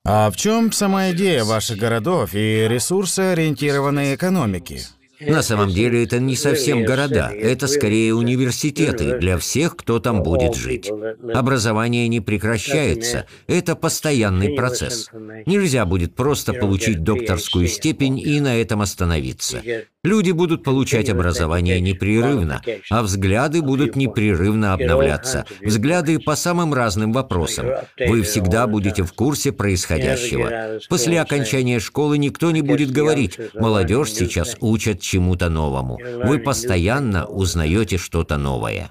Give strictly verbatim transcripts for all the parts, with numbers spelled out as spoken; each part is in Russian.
А в чем сама идея ваших городов и ресурсоориентированной экономики? На самом деле это не совсем города, это скорее университеты для всех, кто там будет жить. Образование не прекращается, это постоянный процесс. Нельзя будет просто получить докторскую степень и на этом остановиться. Люди будут получать образование непрерывно, а взгляды будут непрерывно обновляться. Взгляды по самым разным вопросам. Вы всегда будете в курсе происходящего. После окончания школы никто не будет говорить: молодежь сейчас учат чему-то новому. Вы постоянно узнаете что-то новое.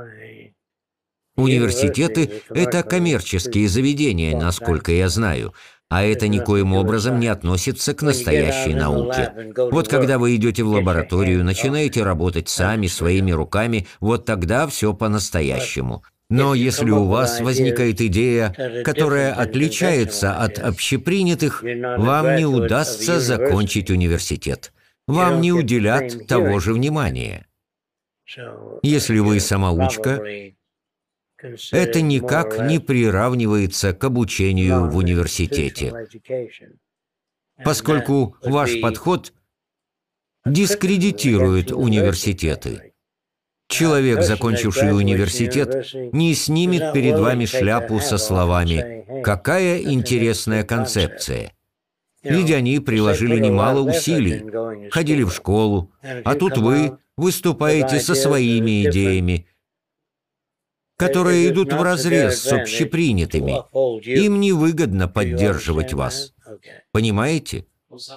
Университеты – это коммерческие заведения, насколько я знаю. А это никоим образом не относится к настоящей науке. Вот когда вы идете в лабораторию, начинаете работать сами, своими руками, вот тогда все по-настоящему. Но если у вас возникает идея, которая отличается от общепринятых, вам не удастся закончить университет. Вам не уделят того же внимания. Если вы самоучка, это никак не приравнивается к обучению в университете, поскольку ваш подход дискредитирует университеты. Человек, закончивший университет, не снимет перед вами шляпу со словами «Какая интересная концепция!». Ведь они приложили немало усилий, ходили в школу, а тут вы выступаете со своими идеями, которые идут вразрез с общепринятыми. Им невыгодно поддерживать вас. Понимаете?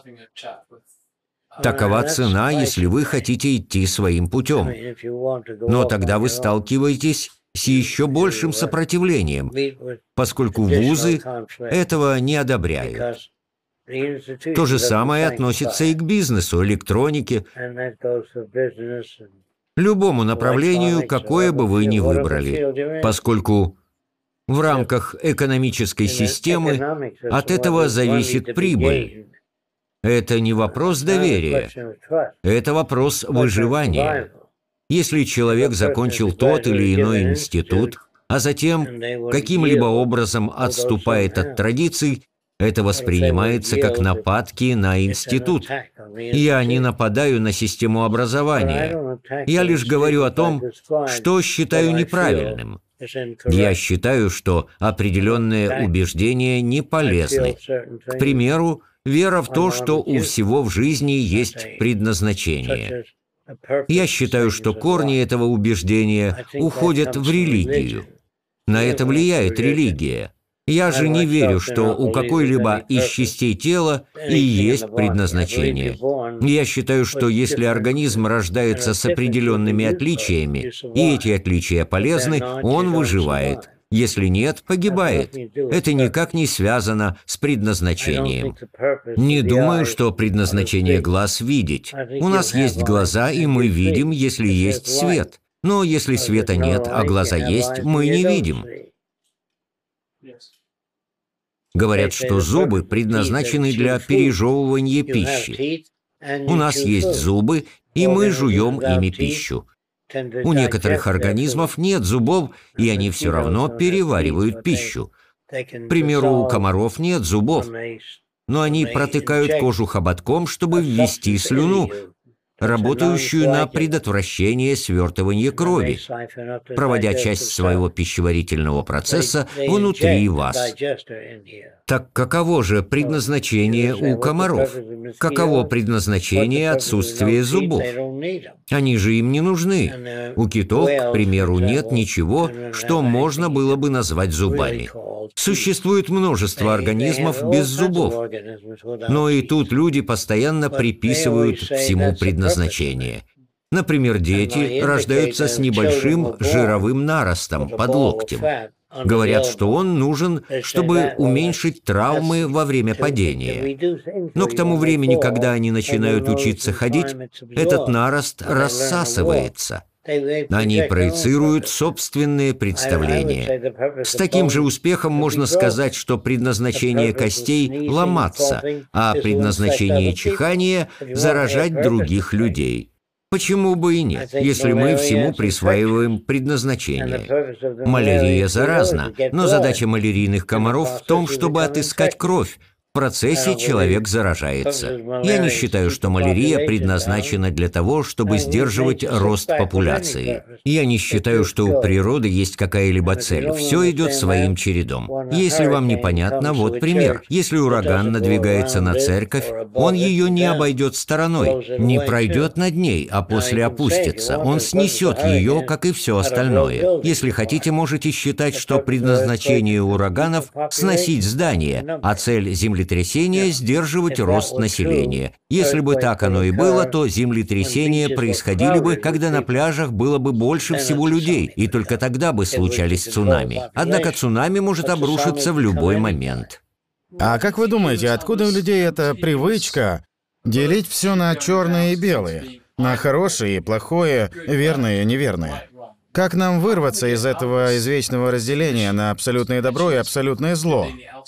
Такова цена, если вы хотите идти своим путем. Но тогда вы сталкиваетесь с еще большим сопротивлением, поскольку вузы этого не одобряют. То же самое относится и к бизнесу, электронике, любому направлению, какое бы вы ни выбрали, поскольку в рамках экономической системы от этого зависит прибыль. Это не вопрос доверия, это вопрос выживания. Если человек закончил тот или иной институт, а затем каким-либо образом отступает от традиций, это воспринимается как нападки на институт. Я не нападаю на систему образования. Я лишь говорю о том, что считаю неправильным. Я считаю, что определенные убеждения не полезны. К примеру, вера в то, что у всего в жизни есть предназначение. Я считаю, что корни этого убеждения уходят в религию. На это влияет религия. Я же не верю, что у какой-либо из частей тела и есть предназначение. Я считаю, что если организм рождается с определенными отличиями, и эти отличия полезны, он выживает. Если нет, погибает. Это никак не связано с предназначением. Не думаю, что предназначение глаз видеть. У нас есть глаза, и мы видим, если есть свет. Но если света нет, а глаза есть, мы не видим. Говорят, что зубы предназначены для пережевывания пищи. У нас есть зубы, и мы жуем ими пищу. У некоторых организмов нет зубов, и они все равно переваривают пищу. К примеру, у комаров нет зубов, но они протыкают кожу хоботком, чтобы ввести слюну, работающую на предотвращение свертывания крови, проводя часть своего пищеварительного процесса внутри вас. Так каково же предназначение у комаров? Каково предназначение отсутствия зубов? Они же им не нужны. У китов, к примеру, нет ничего, что можно было бы назвать зубами. Существует множество организмов без зубов, но и тут люди постоянно приписывают всему предназначение. Например, дети рождаются с небольшим жировым наростом под локтем. Говорят, что он нужен, чтобы уменьшить травмы во время падения. Но к тому времени, когда они начинают учиться ходить, этот нарост рассасывается. Они проецируют собственные представления. С таким же успехом можно сказать, что предназначение костей – ломаться, а предназначение чихания – заражать других людей. Почему бы и нет, если мы всему присваиваем предназначение? Малярия заразна, но задача малярийных комаров в том, чтобы отыскать кровь. В процессе человек заражается. Я не считаю, что малярия предназначена для того, чтобы сдерживать рост популяции. Я не считаю, что у природы есть какая-либо цель. Все идет своим чередом. Если вам непонятно, вот пример. Если ураган надвигается на церковь, он ее не обойдет стороной, не пройдет над ней, а после опустится. Он снесет ее, как и все остальное. Если хотите, можете считать, что предназначение ураганов – сносить здания, а цель землетрясения Землетрясения сдерживать рост населения. Если бы так оно и было, то землетрясения происходили бы, когда на пляжах было бы больше всего людей, и только тогда бы случались цунами. Однако цунами может обрушиться в любой момент. А как вы думаете, откуда у людей эта привычка делить все на черное и белое, на хорошее и плохое, верное и неверное? Как нам вырваться из этого извечного разделения на абсолютное добро и абсолютное зло?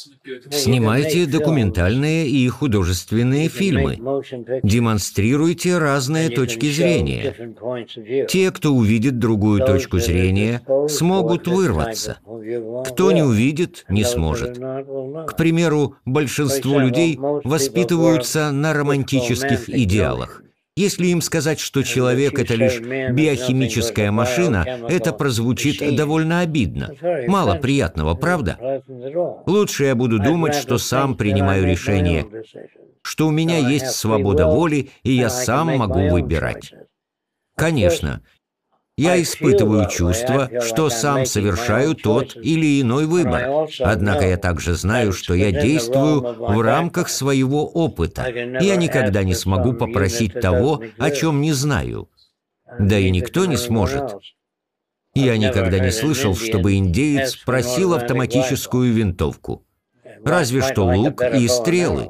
Снимайте документальные и художественные фильмы. Демонстрируйте разные точки зрения. Те, кто увидит другую точку зрения, смогут вырваться. Кто не увидит, не сможет. К примеру, большинство людей воспитываются на романтических идеалах. Если им сказать, что человек – это лишь биохимическая машина, это прозвучит довольно обидно. Мало приятного, правда? Лучше я буду думать, что сам принимаю решение, что у меня есть свобода воли, и я сам могу выбирать. Конечно, я испытываю чувство, что сам совершаю тот или иной выбор. Однако я также знаю, что я действую в рамках своего опыта. Я никогда не смогу попросить того, о чем не знаю. Да и никто не сможет. Я никогда не слышал, чтобы индеец просил автоматическую винтовку. Разве что лук и стрелы.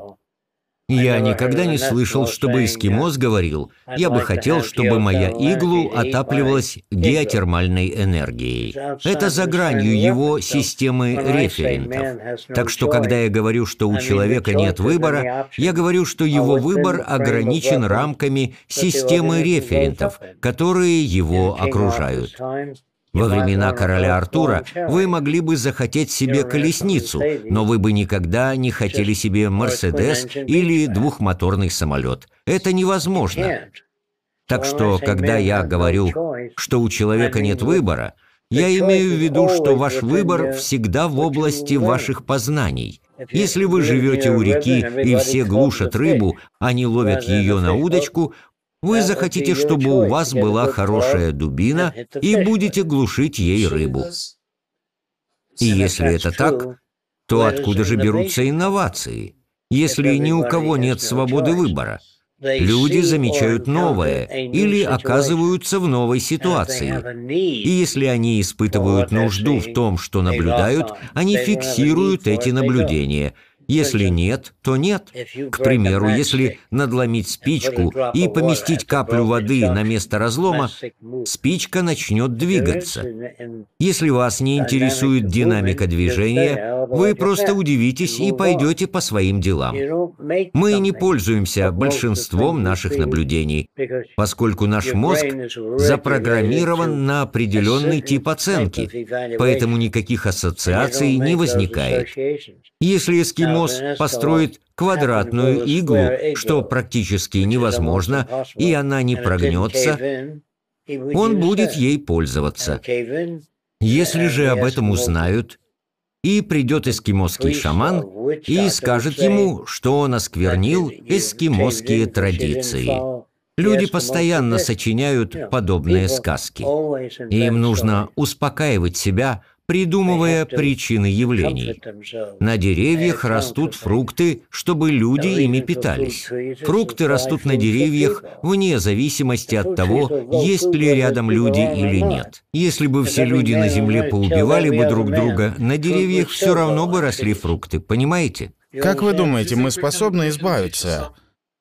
Я никогда не слышал, чтобы эскимос говорил: «Я бы хотел, чтобы моя иглу отапливалась геотермальной энергией». Это за гранью его системы референтов. Так что, когда я говорю, что у человека нет выбора, я говорю, что его выбор ограничен рамками системы референтов, которые его окружают. Во времена короля Артура вы могли бы захотеть себе колесницу, но вы бы никогда не хотели себе Мерседес или двухмоторный самолет. Это невозможно. Так что, когда я говорю, что у человека нет выбора, я имею в виду, что ваш выбор всегда в области ваших познаний. Если вы живете у реки и все глушат рыбу, они ловят ее на удочку, вы захотите, чтобы у вас была хорошая дубина, и будете глушить ей рыбу. И если это так, то откуда же берутся инновации, если ни у кого нет свободы выбора? Люди замечают новое или оказываются в новой ситуации. И если они испытывают нужду в том, что наблюдают, они фиксируют эти наблюдения. Если нет, то нет. К примеру, если надломить спичку и поместить каплю воды на место разлома, спичка начнет двигаться. Если вас не интересует динамика движения, вы просто удивитесь и пойдете по своим делам. Мы не пользуемся большинством наших наблюдений, поскольку наш мозг запрограммирован на определенный тип оценки, поэтому никаких ассоциаций не возникает. Если эскимос построит квадратную иглу, что практически невозможно, и она не прогнется, он будет ей пользоваться. Если же об этом узнают, и придет эскимосский шаман и скажет ему, что он осквернил эскимосские традиции. Люди постоянно сочиняют подобные сказки. Им нужно успокаивать себя, придумывая причины явлений. На деревьях растут фрукты, чтобы люди ими питались. Фрукты растут на деревьях вне зависимости от того, есть ли рядом люди или нет. Если бы все люди на земле поубивали бы друг друга, на деревьях все равно бы росли фрукты, понимаете? Как вы думаете, мы способны избавиться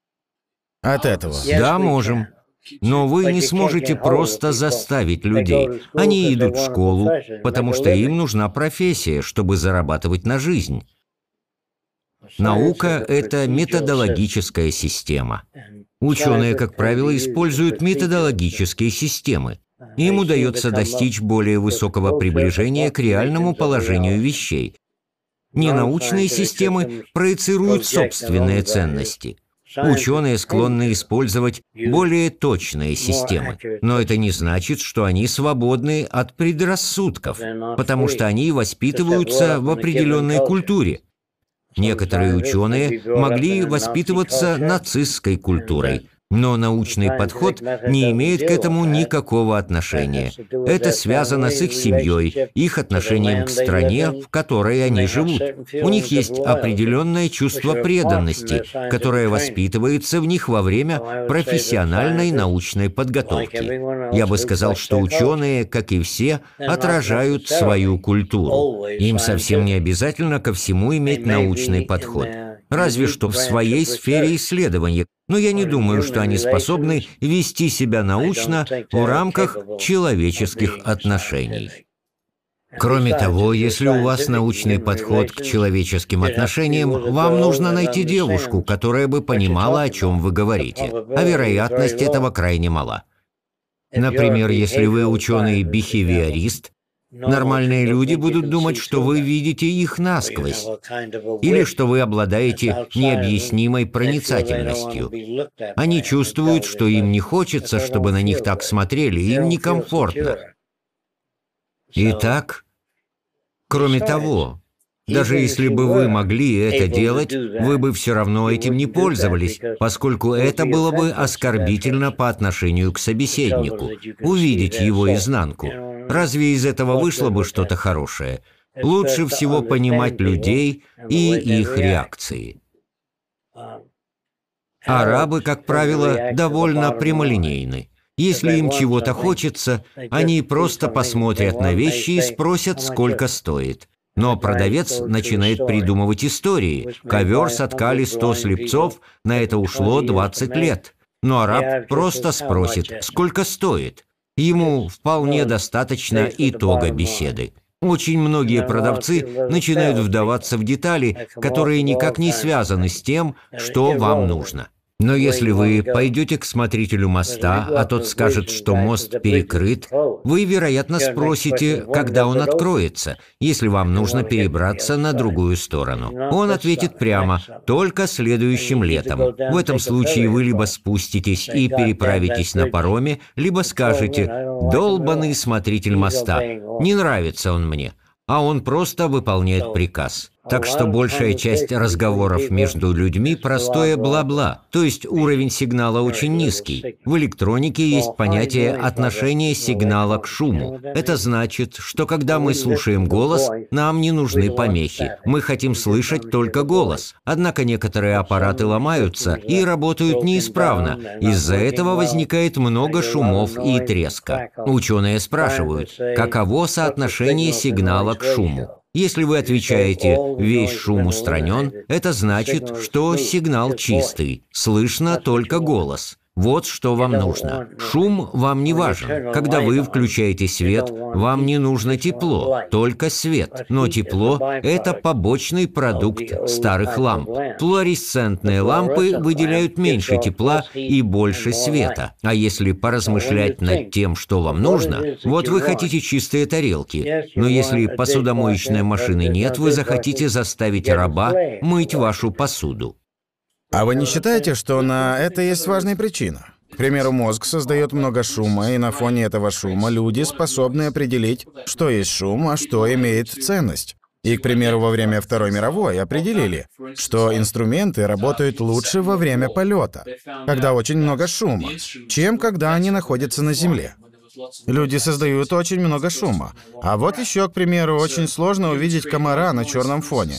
от этого? Да, можем. Но вы не сможете просто заставить людей. Они идут в школу, потому что им нужна профессия, чтобы зарабатывать на жизнь. Наука – это методологическая система. Ученые, как правило, используют методологические системы. Им удается достичь более высокого приближения к реальному положению вещей. Ненаучные системы проецируют собственные ценности. Ученые склонны использовать более точные системы, но это не значит, что они свободны от предрассудков, потому что они воспитываются в определенной культуре. Некоторые ученые могли воспитываться нацистской культурой, но научный подход не имеет к этому никакого отношения. Это связано с их семьей, их отношением к стране, в которой они живут. У них есть определенное чувство преданности, которое воспитывается в них во время профессиональной научной подготовки. Я бы сказал, что ученые, как и все, отражают свою культуру. Им совсем не обязательно ко всему иметь научный подход. Разве что в своей сфере исследования. Но я не думаю, что они способны вести себя научно в рамках человеческих отношений. Кроме того, если у вас научный подход к человеческим отношениям, вам нужно найти девушку, которая бы понимала, о чем вы говорите. А вероятность этого крайне мала. Например, если вы ученый-бихевиорист, нормальные люди будут думать, что вы видите их насквозь, или что вы обладаете необъяснимой проницательностью. Они чувствуют, что им не хочется, чтобы на них так смотрели, им некомфортно. Итак, кроме того, даже если бы вы могли это делать, вы бы все равно этим не пользовались, поскольку это было бы оскорбительно по отношению к собеседнику, увидеть его изнанку. Разве из этого вышло бы что-то хорошее? Лучше всего понимать людей и их реакции. Арабы, как правило, довольно прямолинейны. Если им чего-то хочется, они просто посмотрят на вещи и спросят, сколько стоит. Но продавец начинает придумывать истории. Ковер соткали сто слепцов, на это ушло двадцать лет. Но араб просто спросит, сколько стоит. Ему вполне достаточно итога беседы. Очень многие продавцы начинают вдаваться в детали, которые никак не связаны с тем, что вам нужно. Но если вы пойдете к смотрителю моста, а тот скажет, что мост перекрыт, вы, вероятно, спросите, когда он откроется, если вам нужно перебраться на другую сторону. Он ответит прямо, только следующим летом. В этом случае вы либо спуститесь и переправитесь на пароме, либо скажете: «Долбанный смотритель моста, не нравится он мне», а он просто выполняет приказ. Так что большая часть разговоров между людьми – простое бла-бла, то есть уровень сигнала очень низкий. В электронике есть понятие отношения сигнала к шуму. Это значит, что когда мы слушаем голос, нам не нужны помехи. Мы хотим слышать только голос. Однако некоторые аппараты ломаются и работают неисправно. Из-за этого возникает много шумов и треска. Ученые спрашивают, каково соотношение сигнала к шуму? Если вы отвечаете «весь шум устранен», это значит, что сигнал чистый, слышно только голос. Вот что вам нужно. Шум вам не важен. Когда вы включаете свет, вам не нужно тепло, только свет. Но тепло – это побочный продукт старых ламп. Флуоресцентные лампы выделяют меньше тепла и больше света. А если поразмышлять над тем, что вам нужно, вот вы хотите чистые тарелки, но если посудомоечной машины нет, вы захотите заставить раба мыть вашу посуду. А вы не считаете, что на это есть важная причина? К примеру, мозг создает много шума, и на фоне этого шума люди способны определить, что есть шум, а что имеет ценность. И, к примеру, во время Второй мировой определили, что инструменты работают лучше во время полета, когда очень много шума, чем когда они находятся на земле. Люди создают очень много шума. А вот еще, к примеру, очень сложно увидеть комара на черном фоне.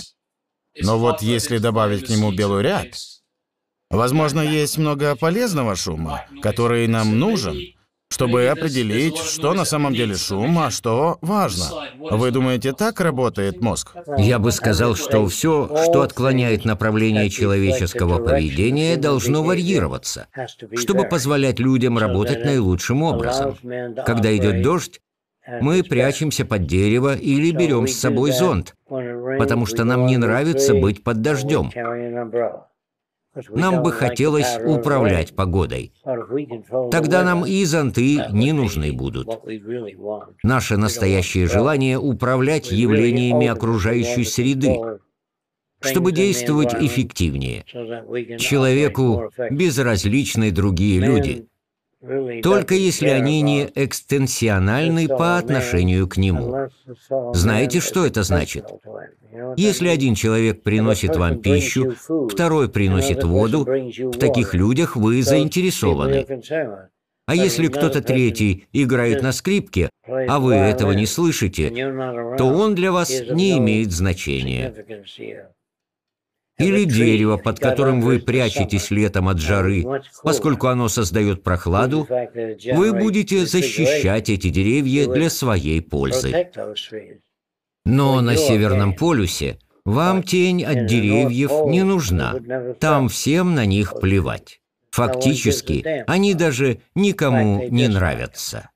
Но вот если добавить к нему белую рябь, возможно, есть много полезного шума, который нам нужен, чтобы определить, что на самом деле шум, а что важно. Вы думаете, так работает мозг? Я бы сказал, что все, что отклоняет направление человеческого поведения, должно варьироваться, чтобы позволять людям работать наилучшим образом. Когда идет дождь, мы прячемся под дерево или берем с собой зонт. потому что нам не нравится быть под дождем. Нам бы хотелось управлять погодой. Тогда нам и зонты не нужны будут. Наше настоящее желание — управлять явлениями окружающей среды, чтобы действовать эффективнее. Человеку безразличны другие люди, только если они не экстенсиональны по отношению к нему. Знаете, что это значит? Если один человек приносит вам пищу, второй приносит воду, в таких людях вы заинтересованы. А если кто-то третий играет на скрипке, а вы этого не слышите, то он для вас не имеет значения. Или дерево, под которым вы прячетесь летом от жары, поскольку оно создает прохладу, вы будете защищать эти деревья для своей пользы. Но на Северном полюсе вам тень от деревьев не нужна. Там всем на них плевать. Фактически, они даже никому не нравятся.